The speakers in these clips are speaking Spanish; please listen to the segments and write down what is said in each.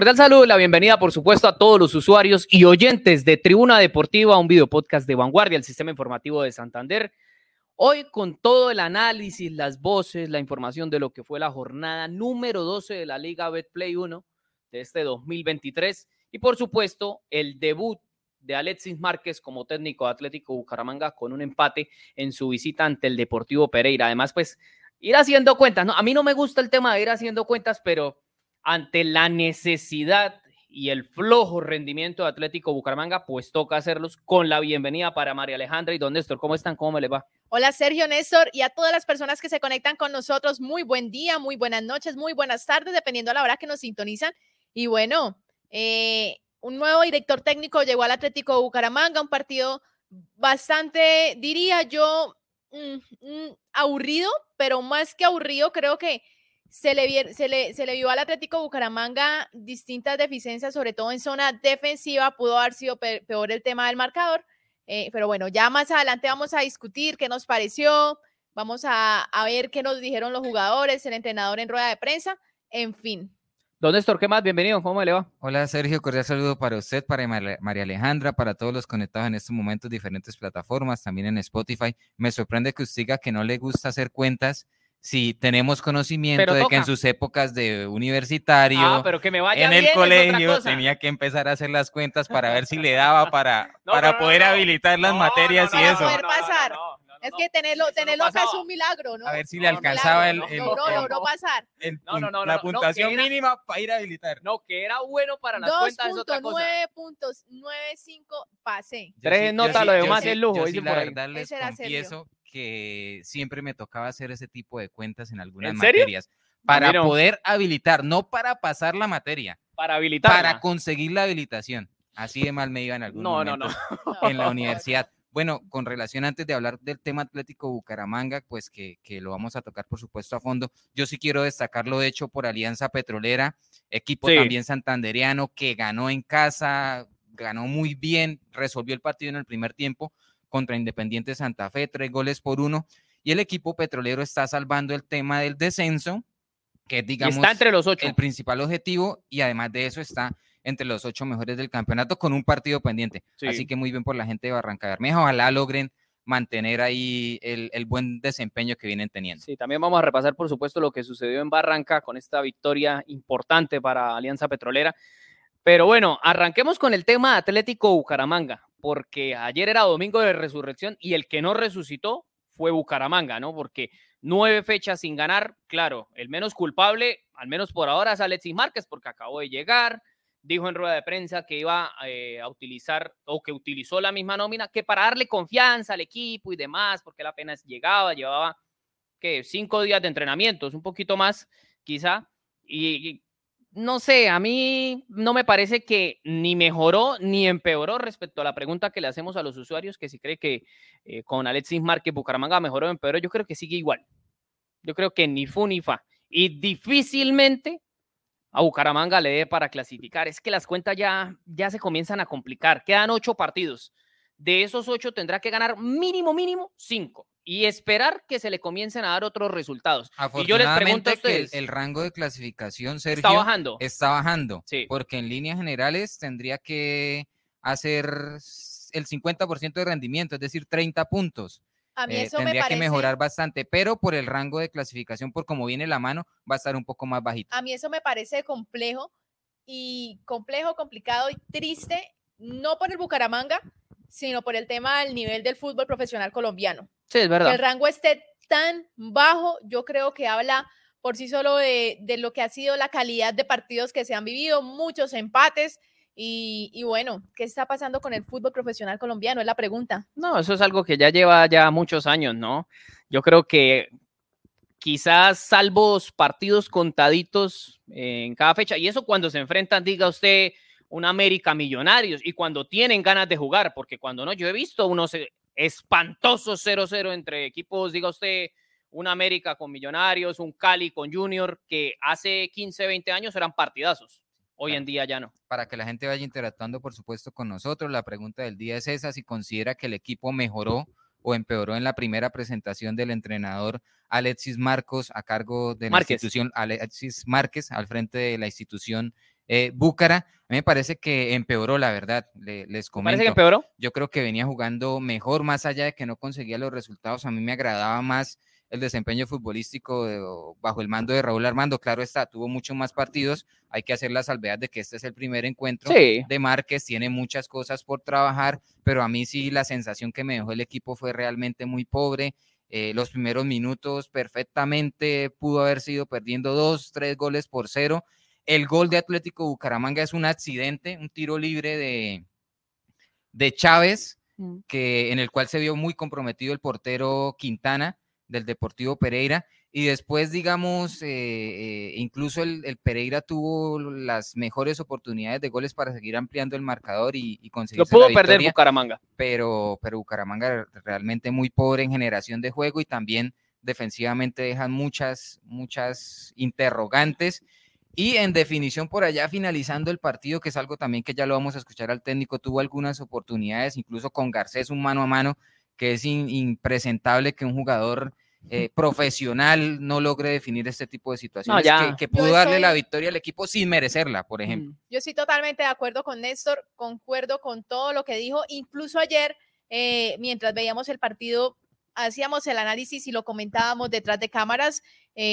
cordial saludo y la bienvenida, por supuesto, a todos los usuarios y oyentes de Tribuna Deportiva, un video podcast de Vanguardia, el sistema informativo de Santander. Hoy con todo el análisis, las voces, la información de lo que fue la jornada número 12 de la Liga Betplay 1 de este 2023 y, por supuesto, el debut de Alexis Márquez como técnico de Atlético Bucaramanga con un empate en su visita ante el Deportivo Pereira. Además, pues, ir haciendo cuentas, ¿no? A mí no me gusta el tema de ir haciendo cuentas, pero ante la necesidad y el flojo rendimiento de Atlético Bucaramanga, pues toca hacerlos con la bienvenida para María Alejandra y don Néstor. ¿Cómo están? ¿Cómo me les va? Hola Sergio, Néstor, y a todas las personas que se conectan con nosotros, muy buen día, muy buenas noches, muy buenas tardes, dependiendo a la hora que nos sintonizan. Y bueno, un nuevo director técnico llegó al Atlético Bucaramanga, un partido bastante, diría yo, aburrido, pero más que aburrido, creo que se le vio al Atlético Bucaramanga distintas deficiencias, sobre todo en zona defensiva. Pudo haber sido peor el tema del marcador, pero bueno, ya más adelante vamos a discutir qué nos pareció, vamos a ver qué nos dijeron los jugadores, el entrenador en rueda de prensa, en fin. Don Néstor, ¿qué más? Bienvenido, ¿cómo le va? Hola Sergio, cordial saludo para usted, para María Alejandra, para todos los conectados en estos momentos, diferentes plataformas, también en Spotify. Me sorprende que usted diga que no le gusta hacer cuentas si tenemos conocimiento de que en sus épocas de universitario, pero que me vaya en bien, el colegio, tenía que empezar a hacer las cuentas para ver si le daba para poder habilitar las materias y eso. Poder pasar. Es que tenerlo acá es un milagro, ¿no? A ver si le alcanzaba logró pasar. La puntuación mínima para ir a habilitar. No, que era bueno para las cuentas es otra cosa. 2.995 pasé. 3 notas, lo demás es lujo. Yo la verdad les confieso que siempre me tocaba hacer ese tipo de cuentas en algunas materias. Para poder habilitar, no para pasar la materia. Para habilitar. Para conseguir la habilitación. Así de mal me iba en algún momento en la universidad. Bueno, con relación antes de hablar del tema Atlético Bucaramanga, pues que lo vamos a tocar por supuesto a fondo, yo sí quiero destacar lo hecho por Alianza Petrolera, equipo también santandereano que ganó en casa, ganó muy bien, resolvió el partido en el primer tiempo contra Independiente Santa Fe, 3-1, y el equipo petrolero está salvando el tema del descenso, que es, digamos, está entre los 8. El principal objetivo, y además de eso está entre los 8 mejores del campeonato con un partido pendiente. Sí. Así que muy bien por la gente de Barranca Bermeja. Ojalá logren mantener ahí el buen desempeño que vienen teniendo. Sí, también vamos a repasar, por supuesto, lo que sucedió en Barranca con esta victoria importante para Alianza Petrolera. Pero bueno, arranquemos con el tema Atlético Bucaramanga, porque ayer era domingo de resurrección y el que no resucitó fue Bucaramanga, ¿no? Porque 9 fechas sin ganar, claro, el menos culpable, al menos por ahora, es Alexis Márquez, porque acabó de llegar. Dijo en rueda de prensa que iba a utilizar o que utilizó la misma nómina que para darle confianza al equipo y demás, porque él apenas llevaba 5 días de entrenamientos, un poquito más quizá, y no sé, a mí no me parece que ni mejoró ni empeoró respecto a la pregunta que le hacemos a los usuarios, que si cree que con Alexis Márquez Bucaramanga mejoró o empeoró. Yo creo que sigue igual, yo creo que ni fu ni fa, y difícilmente a Bucaramanga le dé para clasificar. Es que las cuentas ya se comienzan a complicar. Quedan 8 partidos. De esos 8 tendrá que ganar mínimo 5 y esperar que se le comiencen a dar otros resultados. Afortunadamente, y yo les pregunto a ustedes, que el rango de clasificación, Sergio, está bajando. Sí. Porque en líneas generales tendría que hacer el 50% de rendimiento, es decir, 30 puntos. A mí eso tendría me parece, que mejorar bastante, pero por el rango de clasificación, por cómo viene la mano, va a estar un poco más bajito. A mí eso me parece complejo, complicado y triste, no por el Bucaramanga, sino por el tema del nivel del fútbol profesional colombiano. Sí, es verdad. Que el rango esté tan bajo, yo creo que habla por sí solo de lo que ha sido la calidad de partidos que se han vivido, muchos empates. Y bueno, ¿qué está pasando con el fútbol profesional colombiano? Es la pregunta. No, eso es algo que ya lleva muchos años, ¿no? Yo creo que quizás salvo partidos contaditos en cada fecha, y eso cuando se enfrentan, diga usted, un América Millonarios, y cuando tienen ganas de jugar, porque cuando no, yo he visto unos espantosos 0-0 entre equipos, diga usted, un América con Millonarios, un Cali con Junior, que hace 15, 20 años eran partidazos. Hoy en día ya no. Para que la gente vaya interactuando, por supuesto, con nosotros, la pregunta del día es esa: si considera que el equipo mejoró o empeoró en la primera presentación del entrenador Alexis Márquez a cargo de la institución, Alexis Márquez al frente de la institución Búcara, a mí me parece que empeoró, la verdad, les comento. ¿Parece que empeoró? Yo creo que venía jugando mejor, más allá de que no conseguía los resultados. A mí me agradaba más el desempeño futbolístico bajo el mando de Raúl Armando. Claro está, tuvo muchos más partidos. Hay que hacer la salvedad de que este es el primer encuentro de Márquez, tiene muchas cosas por trabajar, pero a mí sí la sensación que me dejó el equipo fue realmente muy pobre. Los primeros minutos perfectamente pudo haber sido perdiendo 2-3 goles por 0. El gol de Atlético Bucaramanga es un accidente, un tiro libre de Chávez, en el cual se vio muy comprometido el portero Quintana del Deportivo Pereira, y después, digamos, incluso el Pereira tuvo las mejores oportunidades de goles para seguir ampliando el marcador y conseguir la victoria. Lo pudo perder Bucaramanga. Pero Bucaramanga realmente muy pobre en generación de juego, y también defensivamente dejan muchas interrogantes. Y en definición, por allá finalizando el partido, que es algo también que ya lo vamos a escuchar al técnico, tuvo algunas oportunidades, incluso con Garcés, un mano a mano, que es impresentable que un jugador profesional no logre definir este tipo de situaciones, que pudo darle la victoria al equipo sin merecerla, por ejemplo. Yo estoy totalmente de acuerdo con Néstor, concuerdo con todo lo que dijo. Incluso ayer, mientras veíamos el partido, hacíamos el análisis y lo comentábamos detrás de cámaras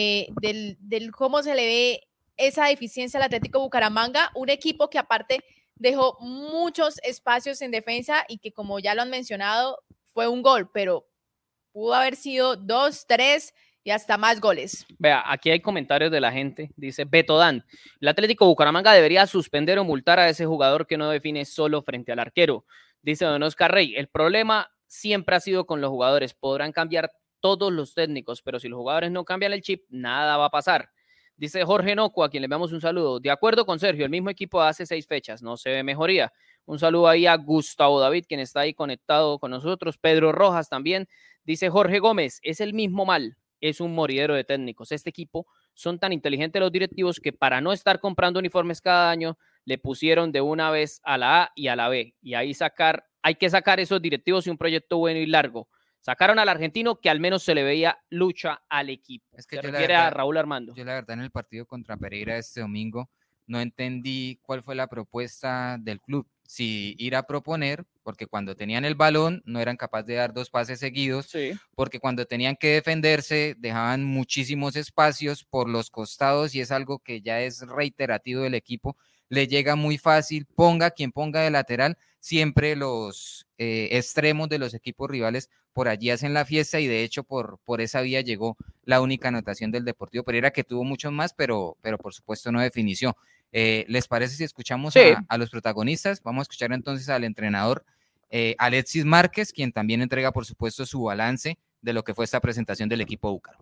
del cómo se le ve esa deficiencia al Atlético Bucaramanga, un equipo que aparte dejó muchos espacios en defensa y que, como ya lo han mencionado, fue un gol, pero pudo haber sido 2, 3 y hasta más goles. Vea, aquí hay comentarios de la gente. Dice Beto Dan, el Atlético Bucaramanga debería suspender o multar a ese jugador que no define solo frente al arquero. Dice Don Oscar Rey, el problema siempre ha sido con los jugadores. Podrán cambiar todos los técnicos, pero si los jugadores no cambian el chip, nada va a pasar. Dice Jorge Noco, a quien le enviamos un saludo. De acuerdo con Sergio, el mismo equipo hace 6 fechas, no se ve mejoría. Un saludo ahí a Gustavo David, quien está ahí conectado con nosotros. Pedro Rojas también. Dice Jorge Gómez, es el mismo mal, es un moridero de técnicos. Este equipo son tan inteligentes los directivos que para no estar comprando uniformes cada año, le pusieron de una vez a la A y a la B. Y ahí hay que sacar esos directivos y un proyecto bueno y largo. Sacaron al argentino que al menos se le veía lucha al equipo. Es que se refiere a Raúl Armando. Yo la verdad en el partido contra Pereira este domingo no entendí cuál fue la propuesta del club. Si ir a proponer, porque cuando tenían el balón no eran capaces de dar 2 pases seguidos, sí, porque cuando tenían que defenderse dejaban muchísimos espacios por los costados, y es algo que ya es reiterativo del equipo. Le llega muy fácil, ponga quien ponga de lateral, siempre los extremos de los equipos rivales por allí hacen la fiesta, y de hecho por esa vía llegó la única anotación del Deportivo Pereira, que tuvo muchos más, pero por supuesto no definió. ¿Les parece si escuchamos a los protagonistas? Vamos a escuchar entonces al entrenador Alexis Márquez, quien también entrega por supuesto su balance de lo que fue esta presentación del equipo Búcaro.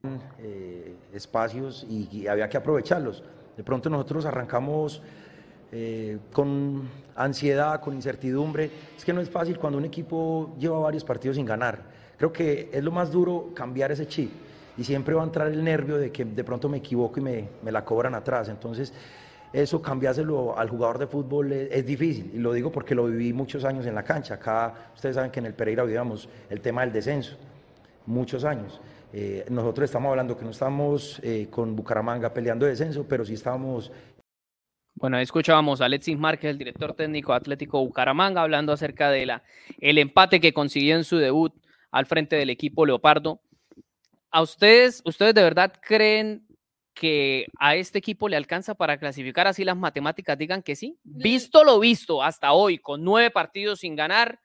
Espacios y había que aprovecharlos. De pronto nosotros arrancamos con ansiedad, con incertidumbre. Es que no es fácil cuando un equipo lleva varios partidos sin ganar. Creo que es lo más duro cambiar ese chip, y siempre va a entrar el nervio de que de pronto me equivoco y me la cobran atrás. Entonces eso, cambiárselo al jugador de fútbol es difícil, y lo digo porque lo viví muchos años en la cancha. Acá ustedes saben que en el Pereira vivíamos el tema del descenso muchos años. Nosotros estamos hablando que no estamos con Bucaramanga peleando descenso, pero sí estábamos. Bueno, ahí escuchábamos a Alexis Márquez, el director técnico Atlético Bucaramanga, hablando acerca de el empate que consiguió en su debut al frente del equipo Leopardo. ¿A ustedes de verdad creen que a este equipo le alcanza para clasificar, así las matemáticas digan que sí? Visto lo visto hasta hoy, con 9 partidos sin ganar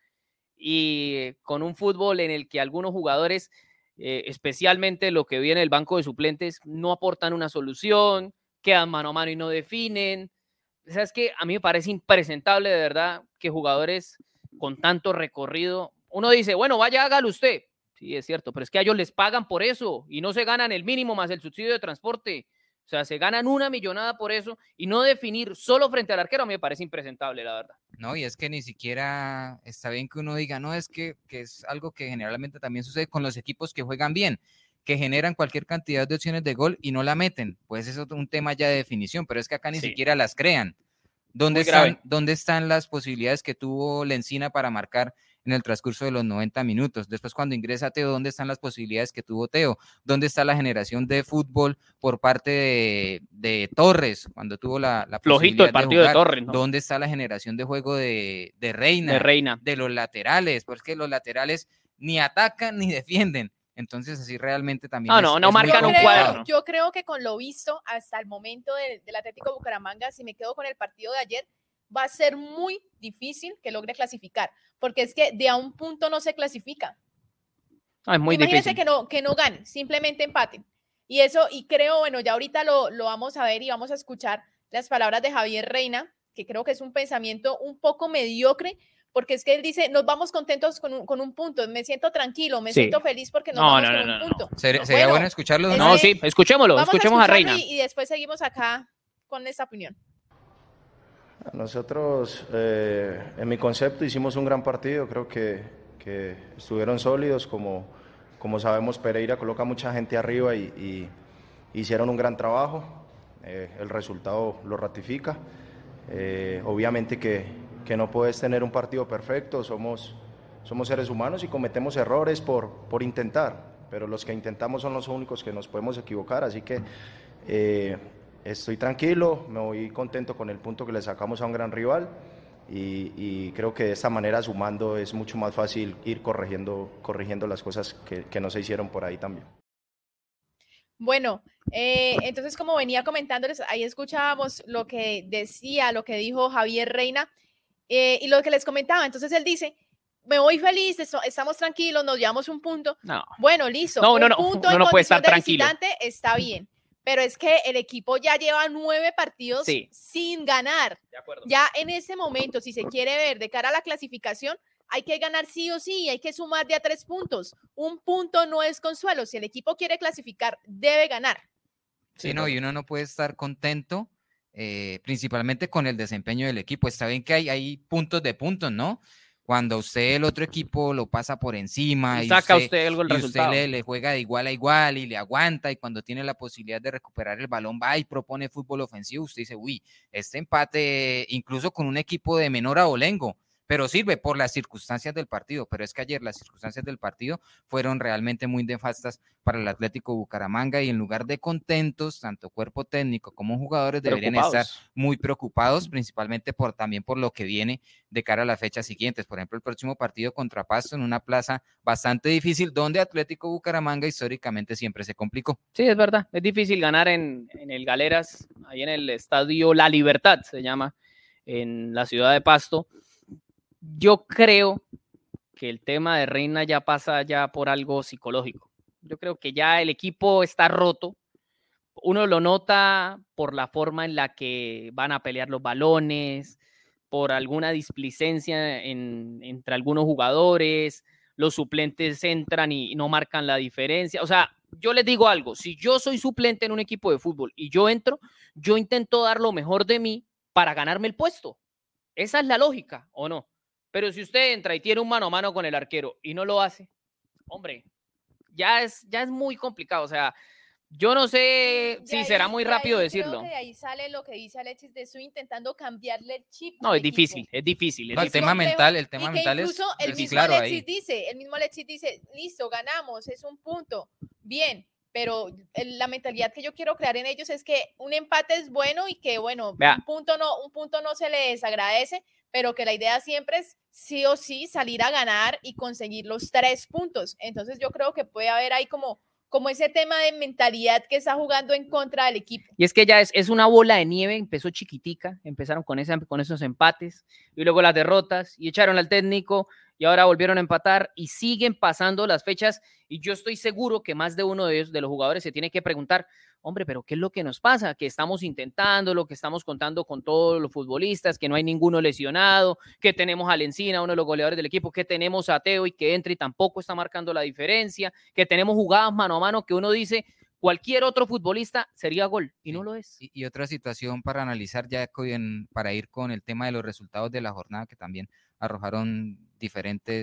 y con un fútbol en el que algunos jugadores, especialmente lo que viene del banco de suplentes, no aportan una solución, quedan mano a mano y no definen. O sea, es que a mí me parece impresentable de verdad que jugadores con tanto recorrido, uno dice, bueno, vaya, hágalo usted. Sí, es cierto, pero es que a ellos les pagan por eso y no se ganan el mínimo más el subsidio de transporte. O sea, se ganan una millonada por eso, y no definir solo frente al arquero a mí me parece impresentable, la verdad. No, y es que ni siquiera está bien que uno diga, no, es que es algo que generalmente también sucede con los equipos que juegan bien, que generan cualquier cantidad de opciones de gol y no la meten. Pues eso es un tema ya de definición, pero es que acá ni siquiera las crean. ¿Dónde están las posibilidades que tuvo Lencina para marcar en el transcurso de los 90 minutos? Después, cuando ingresa Teo, ¿dónde están las posibilidades que tuvo Teo? ¿Dónde está la generación de fútbol por parte de Torres, cuando tuvo la flojito el posibilidad partido de jugar? de Torres, ¿no? ¿Dónde está la generación de juego de Reina? De Reina. De los laterales, porque los laterales ni atacan ni defienden. Entonces, así realmente también no marcan un cuaderno. Yo creo que con lo visto hasta el momento del Atlético Bucaramanga, si me quedo con el partido de ayer, va a ser muy difícil que logre clasificar, porque es que de a un punto no se clasifica. Es muy Imagínense difícil. que no ganen, simplemente empaten. Y creo, bueno, ya ahorita lo vamos a ver y vamos a escuchar las palabras de Javier Reina, que creo que es un pensamiento un poco mediocre, porque es que él dice, nos vamos contentos con un punto, me siento tranquilo, me siento feliz porque nos vamos con un punto. ¿Sería bueno escucharlo? No, sí, escuchémoslo, escuchemos a Reina. Y después seguimos acá con esta opinión. Nosotros, en mi concepto, hicimos un gran partido, creo que estuvieron sólidos, como sabemos, Pereira coloca mucha gente arriba y hicieron un gran trabajo, el resultado lo ratifica. Obviamente que no puedes tener un partido perfecto, somos seres humanos y cometemos errores por intentar, pero los que intentamos son los únicos que nos podemos equivocar, así que estoy tranquilo, me voy contento con el punto que le sacamos a un gran rival y creo que de esta manera, sumando, es mucho más fácil ir corrigiendo las cosas que no se hicieron por ahí también. Bueno, entonces como venía comentándoles, ahí escuchábamos lo que dijo Javier Reina y lo que les comentaba. Entonces él dice, me voy feliz, estamos tranquilos, nos llevamos un punto. No. Bueno, listo. No, un punto no puede estar tranquilo. Está bien, pero es que el equipo ya lleva 9 partidos sin ganar. De acuerdo. Ya en ese momento, si se quiere ver de cara a la clasificación, hay que ganar sí o sí, hay que sumar de a 3 puntos. Un punto no es consuelo. Si el equipo quiere clasificar, debe ganar. Sí, no, y uno no puede estar contento, principalmente con el desempeño del equipo. Está bien que hay puntos de puntos, ¿no? Cuando usted el otro equipo lo pasa por encima y saca usted el resultado. Usted le juega de igual a igual y le aguanta, y cuando tiene la posibilidad de recuperar el balón va y propone fútbol ofensivo, usted dice, uy, este empate incluso con un equipo de menor abolengo, pero sirve por las circunstancias del partido. Pero es que ayer las circunstancias del partido fueron realmente muy nefastas para el Atlético Bucaramanga, y en lugar de contentos, tanto cuerpo técnico como jugadores deberían estar muy preocupados, principalmente también por lo que viene de cara a las fechas siguientes. Por ejemplo, el próximo partido contra Pasto, en una plaza bastante difícil, donde Atlético Bucaramanga históricamente siempre se complicó. Sí, es verdad, es difícil ganar en el Galeras, ahí en el estadio La Libertad, se llama, en la ciudad de Pasto. Yo creo que el tema de Reina ya pasa ya por algo psicológico. Yo creo que ya el equipo está roto. Uno lo nota por la forma en la que van a pelear los balones, por alguna displicencia entre algunos jugadores, los suplentes entran y no marcan la diferencia. O sea, yo les digo algo, si yo soy suplente en un equipo de fútbol y yo entro, yo intento dar lo mejor de mí para ganarme el puesto. Esa es la lógica, ¿o no? Pero si usted entra y tiene un mano a mano con el arquero y no lo hace, hombre, ya es muy complicado. O sea, yo no sé si será muy rápido decirlo. Creo que de ahí sale lo que dice Alexis, de estoy intentando cambiarle el chip. No, es difícil. No, el tema mental es claro ahí. El mismo Alexis dice, listo, ganamos, es un punto, bien. Pero la mentalidad que yo quiero crear en ellos es que un empate es bueno y que, bueno, un punto no se les agradece, pero que la idea siempre es sí o sí salir a ganar y conseguir los 3 puntos. Entonces yo creo que puede haber ahí como ese tema de mentalidad que está jugando en contra del equipo. Y es que ya es una bola de nieve, empezó chiquitica, empezaron con esos empates y luego las derrotas y echaron al técnico y ahora volvieron a empatar y siguen pasando las fechas, y yo estoy seguro que más de uno de ellos, de los jugadores, se tiene que preguntar, hombre, pero ¿qué es lo que nos pasa? Que estamos intentando, lo que estamos contando con todos los futbolistas, que no hay ninguno lesionado, que tenemos a Lencina, uno de los goleadores del equipo, que tenemos a Teo y que entra y tampoco está marcando la diferencia, que tenemos jugadas mano a mano que uno dice, cualquier otro futbolista sería gol, y no lo es. Y otra situación para analizar ya para ir con el tema de los resultados de la jornada, que también arrojaron diferentes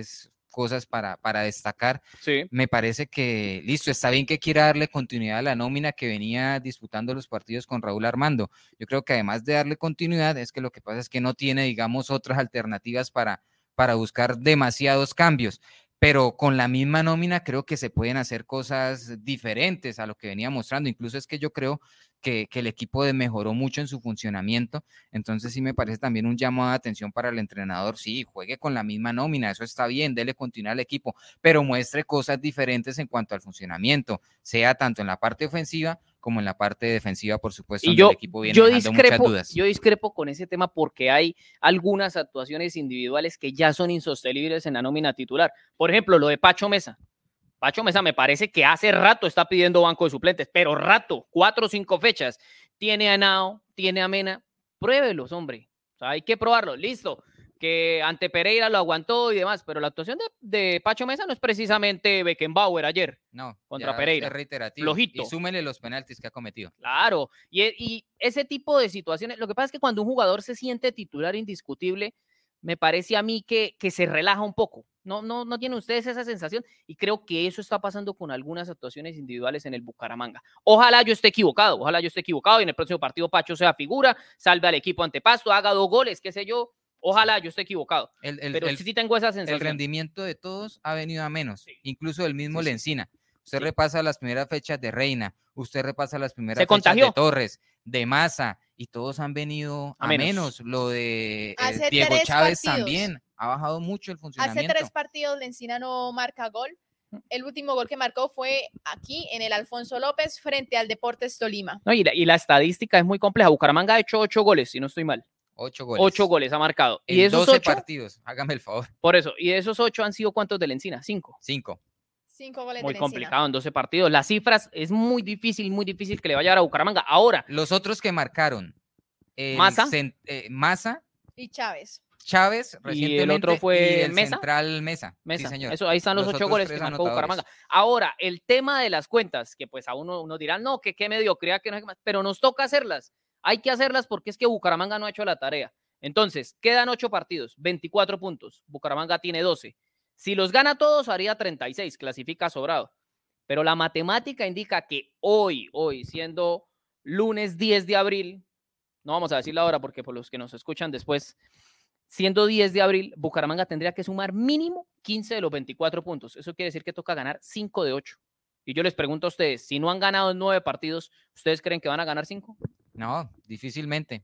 cosas para destacar. Sí. Me parece que, listo, está bien que quiera darle continuidad a la nómina que venía disputando los partidos con Raúl Armando. Yo creo que además de darle continuidad, es que lo que pasa es que no tiene, digamos, otras alternativas para buscar demasiados cambios. Pero con la misma nómina creo que se pueden hacer cosas diferentes a lo que venía mostrando. Incluso es que yo creo que el equipo mejoró mucho en su funcionamiento. Entonces sí me parece también un llamado de atención para el entrenador. Sí, juegue con la misma nómina, eso está bien, dele continuidad al equipo, pero muestre cosas diferentes en cuanto al funcionamiento, sea tanto en la parte ofensiva como en la parte defensiva, por supuesto, donde el equipo viene dejando muchas dudas. Yo discrepo con ese tema porque hay algunas actuaciones individuales que ya son insostenibles en la nómina titular. Por ejemplo, lo de Pacho Mesa. Pacho Mesa me parece que hace rato está pidiendo banco de suplentes, pero rato, 4 o 5 fechas. Tiene a Henao, tiene a Mena, pruébelos, hombre. O sea, hay que probarlo, listo. Que ante Pereira lo aguantó y demás, pero la actuación de Pacho Mesa no es precisamente Beckenbauer ayer. No, contra Pereira. Es reiterativo. Flojito. Y súmele los penaltis que ha cometido. Claro, y ese tipo de situaciones, lo que pasa es que cuando un jugador se siente titular indiscutible, me parece a mí que se relaja un poco. No tienen ustedes esa sensación, y creo que eso está pasando con algunas actuaciones individuales en el Bucaramanga. Ojalá yo esté equivocado y en el próximo partido Pacho sea figura, salve al equipo ante Pasto, haga 2 goles, qué sé yo. Ojalá yo esté equivocado, pero sí tengo esa sensación. El rendimiento de todos ha venido a menos, sí. Incluso del mismo Lencina. Usted sí. repasa las primeras fechas de Reina, usted repasa las primeras fechas de Torres, de Maza, y todos han venido a menos. Lo de Diego Chávez también ha bajado mucho el funcionamiento. Hace 3 partidos Lencina no marca gol. El último gol que marcó fue aquí en el Alfonso López frente al Deportes Tolima. No, y la estadística es muy compleja. Bucaramanga ha hecho 8 goles, si no estoy mal. 8 goles. 8 goles ha marcado. En y esos 12 8 partidos, hágame el favor. Por eso, y de esos 8 han sido ¿cuántos de Lencina? 5. 5 goles muy de complicado en 12 partidos. Las cifras es muy difícil que le vaya a dar a Bucaramanga. Ahora, los otros que marcaron, Maza y Chávez recientemente, y el otro fue el Mesa. Central Mesa. Sí, señor. Eso, ahí están los 8 goles que marcó Bucaramanga. Ahora, el tema de las cuentas, que pues a uno dirá, no, que qué mediocridad, que no sé qué más, pero nos toca hacerlas. Hay que hacerlas porque es que Bucaramanga no ha hecho la tarea. Entonces, quedan 8 partidos, 24 puntos. Bucaramanga tiene 12. Si los gana todos, haría 36, clasifica sobrado. Pero la matemática indica que hoy, siendo lunes 10 de abril, no vamos a decir la hora porque por los que nos escuchan después, siendo 10 de abril, Bucaramanga tendría que sumar mínimo 15 de los 24 puntos. Eso quiere decir que toca ganar 5 de 8. Y yo les pregunto a ustedes, si no han ganado 9 partidos, ¿ustedes creen que van a ganar 5? No, difícilmente.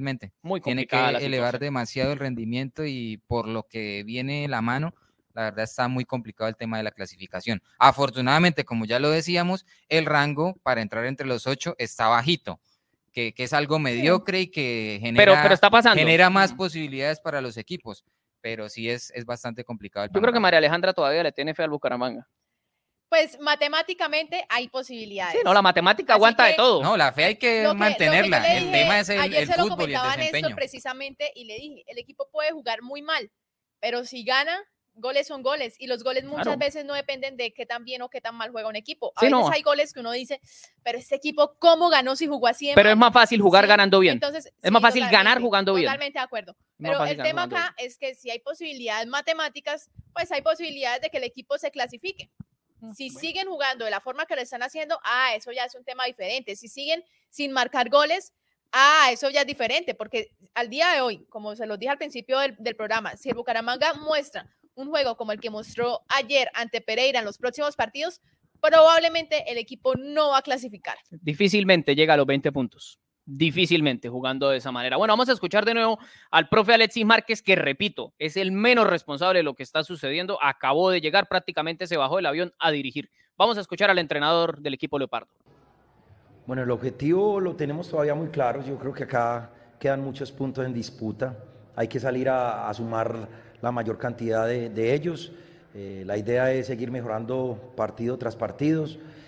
Muy Tiene que elevar demasiado el rendimiento y por lo que viene la mano, la verdad está muy complicado el tema de la clasificación. Afortunadamente, como ya lo decíamos, el rango para entrar entre los 8 está bajito, que es algo mediocre y que genera, pero está pasando. Genera más posibilidades para los equipos, pero sí es bastante complicado. Yo creo que María Alejandra todavía le tiene fe al Bucaramanga. Pues matemáticamente hay posibilidades. Sí, no, la matemática aguanta de todo. No, la fe hay que mantenerla. El tema es el fútbol y el desempeño. Precisamente, y le dije, el equipo puede jugar muy mal, pero si gana, goles son goles, y los goles muchas veces no dependen de qué tan bien o qué tan mal juega un equipo. A veces hay goles que uno dice, pero este equipo, ¿cómo ganó si jugó así? Pero es más fácil jugar ganando bien. Entonces, es más fácil ganar jugando bien. Totalmente de acuerdo. Pero el tema acá es que si hay posibilidades matemáticas, pues hay posibilidades de que el equipo se clasifique. Si siguen jugando de la forma que lo están haciendo, eso ya es un tema diferente. Si siguen sin marcar goles, eso ya es diferente, porque al día de hoy, como se los dije al principio del programa, si el Bucaramanga muestra un juego como el que mostró ayer ante Pereira en los próximos partidos, probablemente el equipo no va a clasificar. Difícilmente llega a los 20 puntos. Difícilmente jugando de esa manera. Bueno, vamos a escuchar de nuevo al profe Alexis Márquez, que repito, es el menos responsable de lo que está sucediendo. Acabó de llegar, prácticamente se bajó del avión a dirigir. Vamos a escuchar al entrenador del equipo Leopardo. Bueno, el objetivo lo tenemos todavía muy claro. Yo creo que acá quedan muchos puntos en disputa. Hay que salir a sumar la mayor cantidad de ellos. La idea es seguir mejorando partido tras partido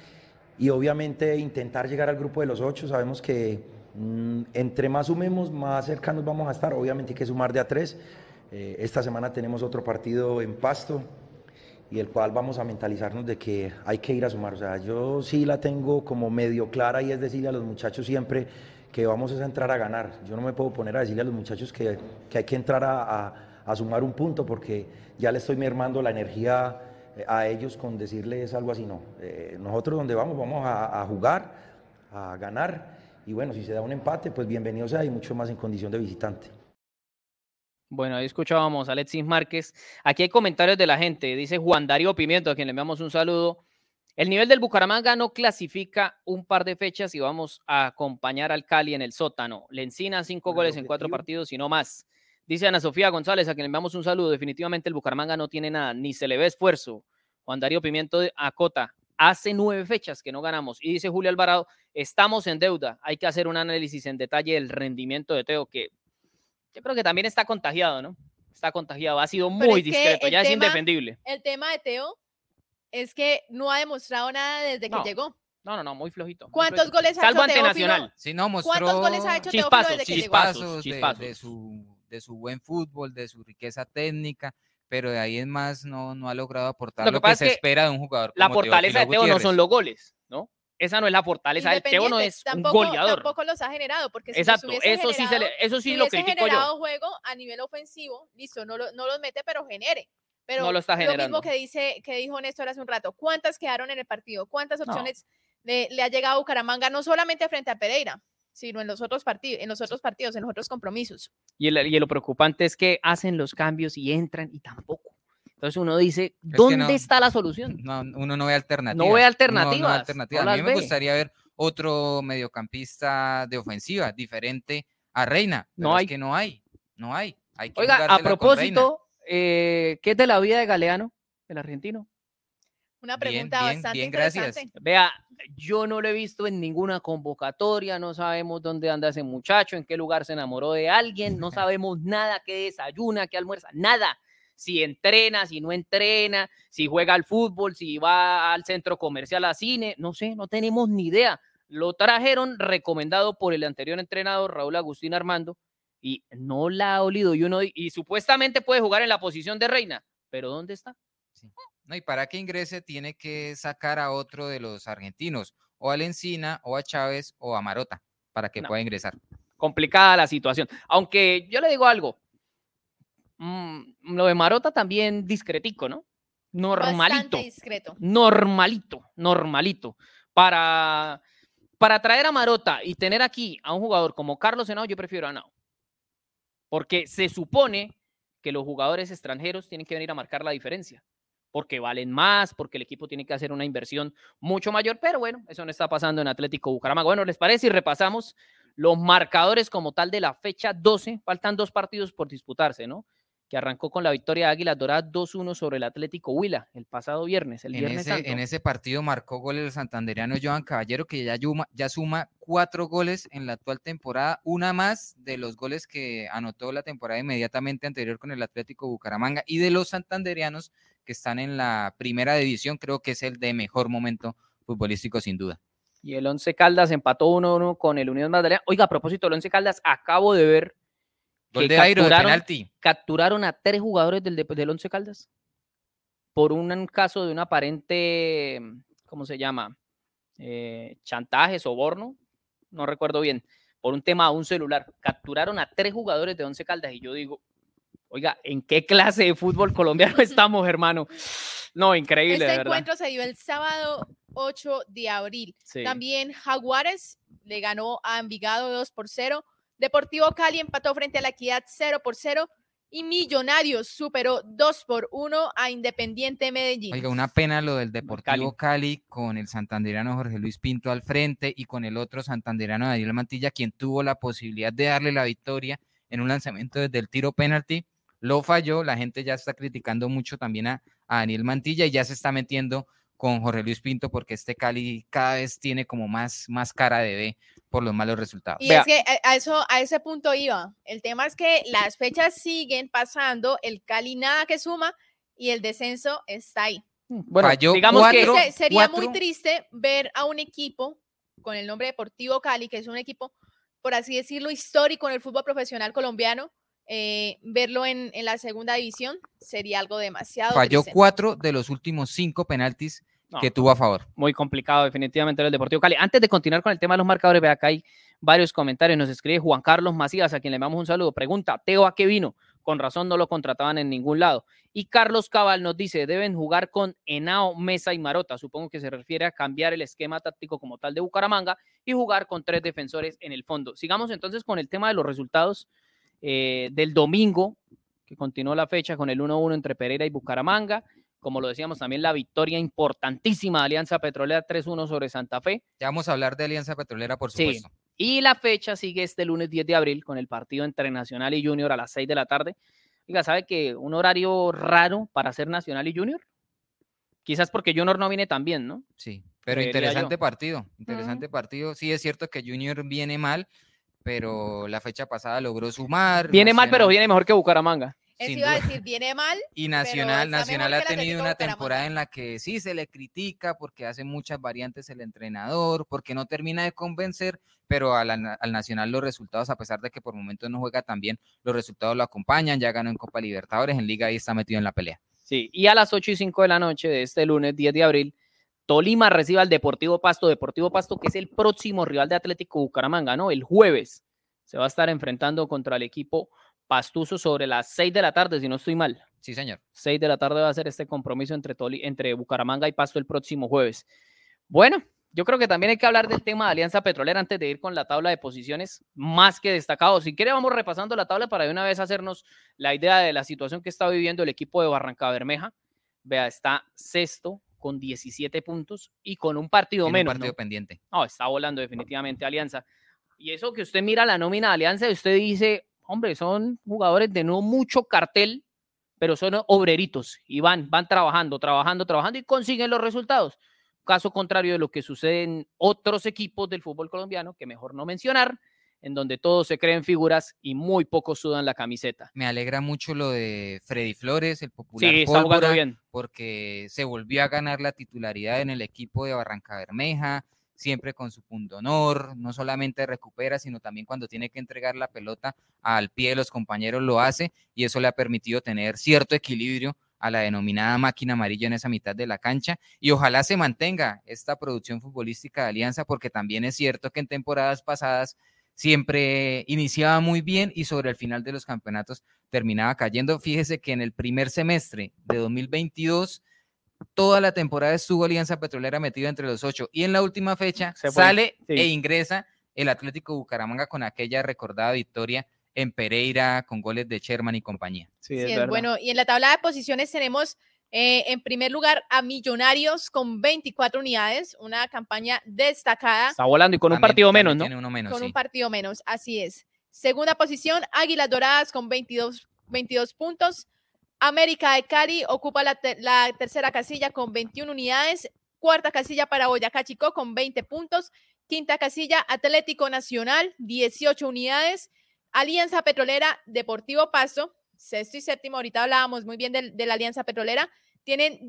y obviamente intentar llegar al grupo de los 8. Sabemos que entre más sumemos, más cercanos vamos a estar. Obviamente hay que sumar de a 3. Esta semana tenemos otro partido en Pasto y el cual vamos a mentalizarnos de que hay que ir a sumar. O sea, yo sí la tengo como medio clara y es decirle a los muchachos siempre que vamos a entrar a ganar. Yo no me puedo poner a decirle a los muchachos que hay que entrar a a sumar un punto, porque ya le estoy mermando la energía a ellos con decirles algo así, no. Nosotros donde vamos a jugar, a ganar, y bueno, si se da un empate, pues bienvenido sea, y mucho más en condición de visitante. Bueno, ahí escuchábamos a Alexis Márquez. Aquí hay comentarios de la gente. Dice Juan Darío Pimiento, a quien le enviamos un saludo. El nivel del Bucaramanga no clasifica un par de fechas y vamos a acompañar al Cali en el sótano. Le Encina 5 goles en 4 partidos y no más. Dice Ana Sofía González, a quien le enviamos un saludo. Definitivamente el Bucaramanga no tiene nada, ni se le ve esfuerzo. Juan Darío Pimiento acota. Hace 9 fechas que no ganamos. Y dice Julio Alvarado, estamos en deuda. Hay que hacer un análisis en detalle del rendimiento de Teo, que yo creo que también está contagiado, ¿no? Está contagiado. Ha sido muy discreto. Ya es indefendible. El tema de Teo es que no ha demostrado nada desde que llegó. No, muy flojito. ¿Cuántos goles ha hecho Salvo ante Nacional. Sí, no, mostró ¿Cuántos goles ha hecho Teófilo desde que llegó? Chispazos de su buen fútbol, de su riqueza técnica, pero de ahí en más no ha logrado aportar lo que se espera de un jugador como la fortaleza de Teo Gutiérrez. No son los goles, ¿no? Esa no es la fortaleza del Teo, no es un goleador. Tampoco los ha generado, porque si exacto, eso sí lo critico yo. generado juego a nivel ofensivo, listo, no los mete, pero genere. Pero no lo está generando. Lo mismo que dijo Néstor hace un rato, ¿cuántas quedaron en el partido? ¿Cuántas opciones le ha llegado a Bucaramanga, no solamente frente a Pereira, sino en los otros partidos, en los otros compromisos? Y lo preocupante es que hacen los cambios y entran y tampoco. Entonces uno dice, ¿dónde está la solución? No, uno no ve alternativas. No ve alternativas. No alternativas. A mí me gustaría ver otro mediocampista de ofensiva, diferente a Reina. Pero es que no hay. Hay que Oiga, a propósito, ¿qué es de la vida de Galeano, el argentino? Una pregunta bastante interesante. Gracias. Vea, yo no lo he visto en ninguna convocatoria, no sabemos dónde anda ese muchacho, en qué lugar se enamoró de alguien, no sabemos nada, qué desayuna, qué almuerza, nada. Si entrena, si no entrena, si juega al fútbol, si va al centro comercial, a cine, no sé, no tenemos ni idea. Lo trajeron recomendado por el anterior entrenador, Raúl Agustín Armando, y no la ha olido. Y supuestamente puede jugar en la posición de Reina, pero ¿dónde está? Sí. No, y para que ingrese tiene que sacar a otro de los argentinos, o a Lencina, o a Chávez, o a Marota, para que pueda ingresar. Complicada la situación. Aunque yo le digo algo, lo de Marota también discretico, ¿no? Normalito. Bastante discreto. Normalito. Para traer a Marota y tener aquí a un jugador como Carlos Henao, yo prefiero a Henao. Porque se supone que los jugadores extranjeros tienen que venir a marcar la diferencia. Porque valen más, porque el equipo tiene que hacer una inversión mucho mayor, pero bueno, eso no está pasando en Atlético Bucaramanga. Bueno, ¿les parece si repasamos los marcadores como tal de la fecha 12? Faltan 2 partidos por disputarse, ¿no? Que arrancó con la victoria de Águilas Doradas 2-1 sobre el Atlético Huila el pasado viernes, Viernes Santo. En ese partido marcó gol el santanderiano Johan Caballero, que ya suma 4 goles en la actual temporada, una más de los goles que anotó la temporada inmediatamente anterior con el Atlético Bucaramanga, y de los santanderianos que están en la primera división, creo que es el de mejor momento futbolístico sin duda. Y el Once Caldas empató 1-1 con el Unión Magdalena. Oiga, a propósito del Once Caldas, acabo de ver gol de Jairo de penalti. Capturaron a 3 jugadores del Once Caldas por un caso de un aparente, ¿cómo se llama? Chantaje, soborno, no recuerdo bien, por un tema de un celular. Capturaron a 3 jugadores de Once Caldas y yo digo, oiga, ¿en qué clase de fútbol colombiano estamos, hermano? No, increíble, Este encuentro se dio el sábado 8 de abril. Sí. También Jaguares le ganó a Envigado 2-0. Deportivo Cali empató frente a la Equidad 0-0 y Millonarios superó 2-1 a Independiente Medellín. Oiga, una pena lo del Deportivo Cali con el santanderano Jorge Luis Pinto al frente y con el otro santanderano Daniel Mantilla, quien tuvo la posibilidad de darle la victoria en un lanzamiento desde el tiro penalti. Lo falló, la gente ya está criticando mucho también a Daniel Mantilla y ya se está metiendo con Jorge Luis Pinto porque este Cali cada vez tiene como más cara de B por los malos resultados. Y es que a ese punto iba. El tema es que las fechas siguen pasando, el Cali nada que suma y el descenso está ahí. Bueno, digamos que sería muy triste ver a un equipo con el nombre Deportivo Cali, que es un equipo, por así decirlo, histórico en el fútbol profesional colombiano, verlo en la segunda división sería algo demasiado Falló triste. 4 de los últimos 5 penaltis que tuvo a favor. Muy complicado definitivamente el Deportivo Cali. Antes de continuar con el tema de los marcadores, ve acá hay varios comentarios. Nos escribe Juan Carlos Macías, a quien le mandamos un saludo. Pregunta, ¿Teo a qué vino? con razón no lo contrataban en ningún lado. Y Carlos Cabal nos dice, deben jugar con Henao, Mesa y Marota. Supongo que se refiere a cambiar el esquema táctico como tal de Bucaramanga y jugar con 3 defensores en el fondo. Sigamos entonces con el tema de los resultados del domingo, que continuó la fecha con el 1-1 entre Pereira y Bucaramanga. Como lo decíamos, también la victoria importantísima de Alianza Petrolera 3-1 sobre Santa Fe. Ya vamos a hablar de Alianza Petrolera, por supuesto. Sí. Y la fecha sigue este lunes 10 de abril con el partido entre Nacional y Junior a las 6 de la tarde. Oiga, ¿sabe que un horario raro para hacer Nacional y Junior? Quizás porque Junior no viene tan bien, ¿no? Sí, pero interesante partido. Sí, es cierto que Junior viene mal, pero la fecha pasada logró sumar. Viene mal, pero viene mejor que Bucaramanga. Eso iba a decir, viene mal. Y Nacional ha tenido una temporada en la que sí se le critica porque hace muchas variantes el entrenador, porque no termina de convencer, pero al Nacional los resultados, a pesar de que por momentos no juega tan bien, los resultados lo acompañan, ya ganó en Copa Libertadores, en Liga y está metido en la pelea. Sí, y a las 8:05 de la noche de este lunes 10 de abril, Tolima recibe al Deportivo Pasto que es el próximo rival de Atlético Bucaramanga, ¿no? El jueves se va a estar enfrentando contra el equipo pastuso sobre las 6 de la tarde, si no estoy mal. Sí, señor. 6 de la tarde va a ser este compromiso entre Bucaramanga y Pasto el próximo jueves. Bueno, yo creo que también hay que hablar del tema de Alianza Petrolera antes de ir con la tabla de posiciones más que destacado. Si quiere, vamos repasando la tabla para de una vez hacernos la idea de la situación que está viviendo el equipo de Barrancabermeja. Vea, está sexto con 17 puntos y con un partido menos. Un partido pendiente. No, está volando definitivamente Alianza. Y eso que usted mira la nómina de Alianza y usted dice, hombre, son jugadores de no mucho cartel, pero son obreritos y van trabajando y consiguen los resultados. Caso contrario de lo que sucede en otros equipos del fútbol colombiano, que mejor no mencionar, en donde todos se creen figuras y muy pocos sudan la camiseta. Me alegra mucho lo de Freddy Flores, el popular sí, está jugando bien, porque se volvió a ganar la titularidad en el equipo de Barrancabermeja, siempre con su punto honor, no solamente recupera, sino también cuando tiene que entregar la pelota al pie de los compañeros lo hace, y eso le ha permitido tener cierto equilibrio a la denominada máquina amarilla en esa mitad de la cancha, y ojalá se mantenga esta producción futbolística de Alianza, porque también es cierto que en temporadas pasadas siempre iniciaba muy bien y sobre el final de los campeonatos terminaba cayendo. Fíjese que en el primer semestre de 2022 toda la temporada estuvo Alianza Petrolera metido entre los 8 y en la última fecha sale e ingresa el Atlético Bucaramanga con aquella recordada victoria en Pereira con goles de Sherman y compañía. Sí, es bueno. Y en la tabla de posiciones tenemos en primer lugar a Millonarios con 24 unidades, una campaña destacada. Está volando y con un partido menos, ¿no? Tiene uno menos, con un partido menos, así es. Segunda posición, Águilas Doradas con 22 puntos. América de Cali ocupa la tercera casilla con 21 unidades. Cuarta casilla para Boyacá Chicó con 20 puntos. Quinta casilla, Atlético Nacional, 18 unidades. Alianza Petrolera, Deportivo Pasto, sexto y séptimo. Ahorita hablábamos muy bien de la Alianza Petrolera. Tienen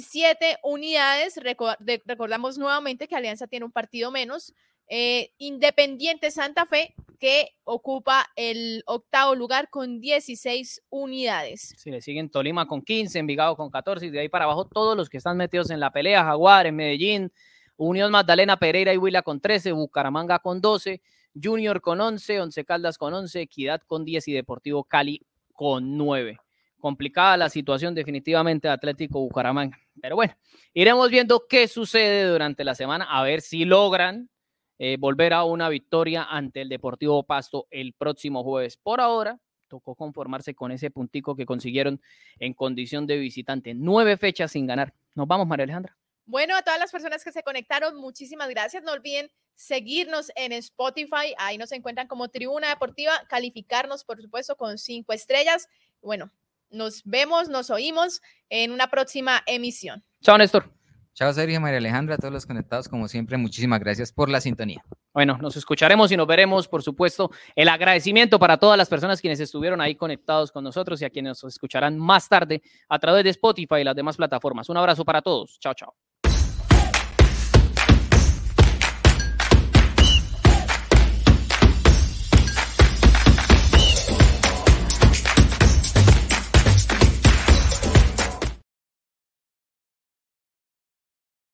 17 unidades. Recordamos nuevamente que Alianza tiene un partido menos. Independiente Santa Fe, que ocupa el octavo lugar con 16 unidades. Sí, le siguen Tolima con 15, Envigado con 14 y de ahí para abajo todos los que están metidos en la pelea, Jaguar en Medellín, Unión Magdalena, Pereira y Huila con 13, Bucaramanga con 12, Junior con 11, Once Caldas con 11, Equidad con 10 y Deportivo Cali con 9. Complicada la situación definitivamente de Atlético Bucaramanga, pero bueno, iremos viendo qué sucede durante la semana, a ver si logran volver a una victoria ante el Deportivo Pasto el próximo jueves. Por ahora, tocó conformarse con ese puntico que consiguieron en condición de visitante. 9 fechas sin ganar. Nos vamos, María Alejandra. Bueno, a todas las personas que se conectaron, muchísimas gracias. No olviden seguirnos en Spotify. Ahí nos encuentran como Tribuna Deportiva. Calificarnos, por supuesto, con 5 estrellas. Bueno, nos vemos, nos oímos en una próxima emisión. Chao, Néstor. Chao, Sergio, María Alejandra, a todos los conectados, como siempre, muchísimas gracias por la sintonía. Bueno, nos escucharemos y nos veremos, por supuesto. El agradecimiento para todas las personas quienes estuvieron ahí conectados con nosotros y a quienes nos escucharán más tarde a través de Spotify y las demás plataformas. Un abrazo para todos. Chao, chao.